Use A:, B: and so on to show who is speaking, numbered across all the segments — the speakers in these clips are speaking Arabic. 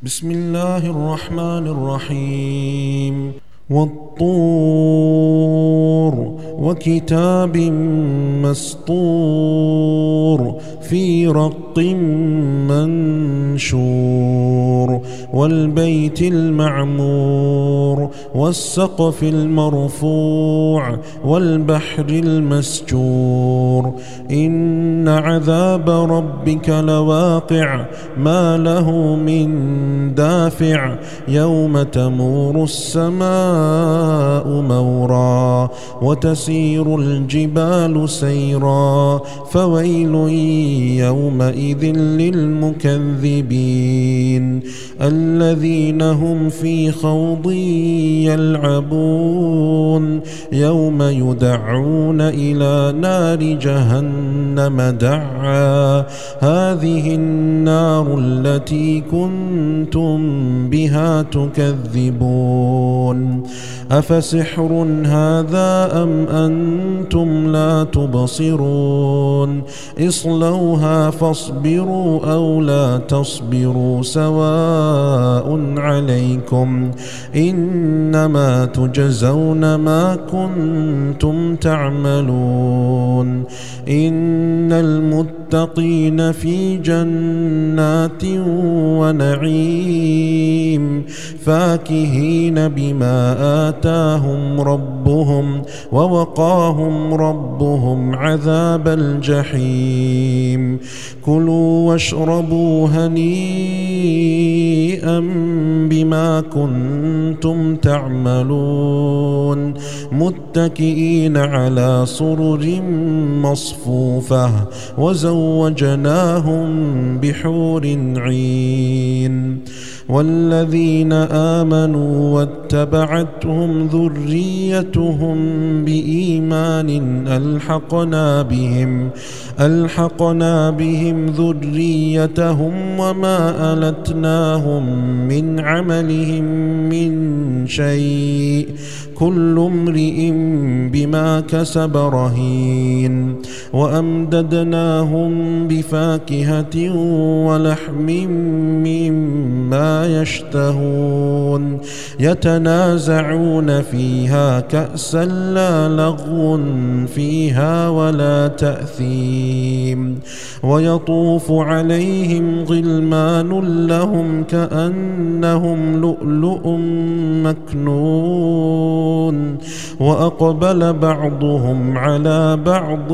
A: بسم الله الرحمن الرحيم والطور وكتاب مسطور في رق منشور والبيت المعمور والسقف المرفوع والبحر المسجور إن عذاب ربك لواقع ما له من دافع يوم تمور السماء مورا وتسير الجبال سيرا فويل يومئذ للمكذبين الذين هم في خوض يلعبون يوم يدعون إلى نار جهنم دعا هذه النار التي كنتم بها تكذبون أفسحر هذا أم أنتم لا تبصرون اصلوها فاصبروا أو لا تصبروا سواء عليكم إنما تجزون ما كنتم تعملون إن المتقين في جنات ونعيم فاكهين بما آتاهم ربهم ووقاهم ربهم عذاب الجحيم كلوا واشربوا هنيئا بما كنتم تعملون متكئين على سرر مصفوفة وزوجناهم بحور عين والذين آمنوا واتبعتهم ذريتهم بإيمان ألحقنا بهم ذريتهم وما ألتناهم من عملهم من شيء كل امرئ بما كسب رهين وأمددناهم بفاكهة ولحم مما يشتهون يتنازعون فيها كأسا لا لغو فيها ولا تأثيم ويطوف عليهم غلمان لهم كأنهم لؤلؤ مكنون وأقبل بعضهم على بعض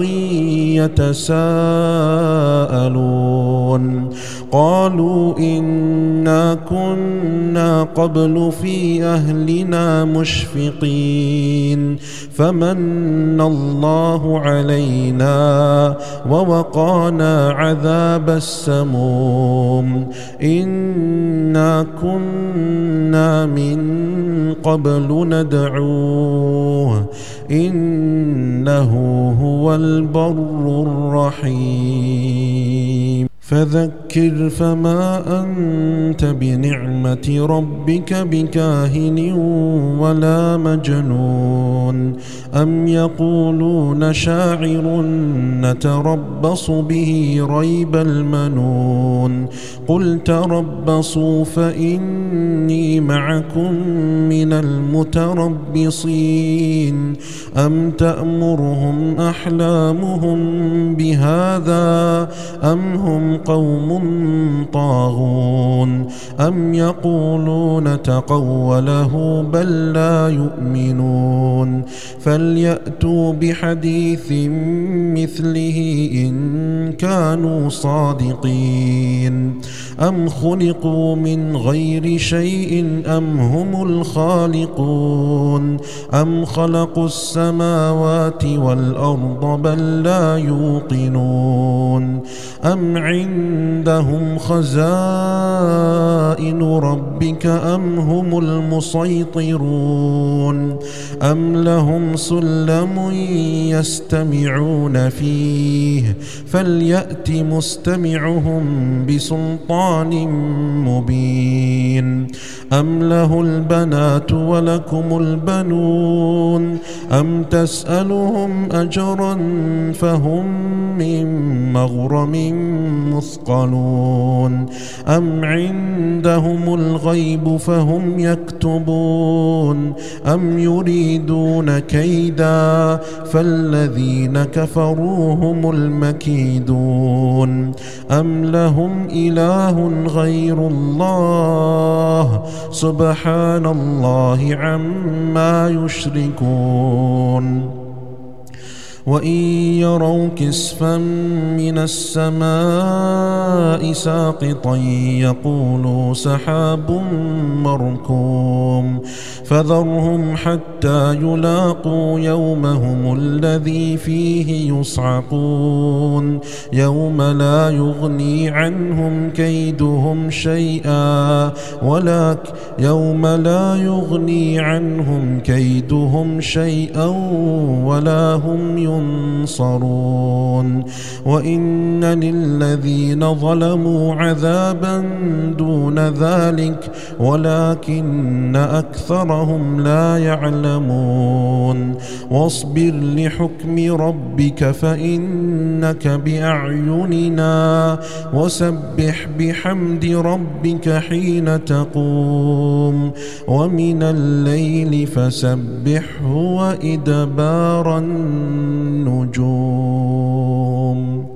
A: يتساءلون قالوا إنا كنا قبل في أهلنا مشفقين فمن الله علينا ووقانا عذاب السموم إنا كنا من قبل ندعوه إنه هو البر الرحيم فذكر فما أنت بنعمة ربك بكاهن ولا مجنون أم يقولون شاعر نتربص به ريب المنون قل تربصوا فإني معكم من المتربصين أم تأمرهم أحلامهم بهذا أم هم قوم طاغون أم يقولون تقوله بل لا يؤمنون فليأتوا بحديث مثله إن كانوا صادقين أم خلقوا من غير شيء أم هم الخالقون أم خلقوا السماوات والأرض بل لا يوقنون أم عندهم خزائن ربهم ربك أم هم المسيطرون أم لهم سلم يستمعون فيه فليأت مستمعهم بسلطان مبين أم له البنات ولكم البنون أم تسألهم أجرا فهم من مغرم مثقلون أم عندهم الغيب فهم يكتبون أم يريدون كيدا فالذين كفروا هم المكيدون أم لهم إله غير الله سبحان الله عما يشركون وإن يروا كسفا من السماء ساقطا يقولوا سحاب مركوم فذرهم حتى يلاقوا يومهم الذي فيه يصعقون يوم لا يغني عنهم كيدهم شيئا ولا هم ينصرون وإن للذين ظلموا عذابا دون ذلك ولكن أكثرهم لا يعلمون واصبر لحكم ربك فإنك بأعيننا وسبح بحمد ربك حين تقوم ومن الليل فسبحه وإدبار النجوم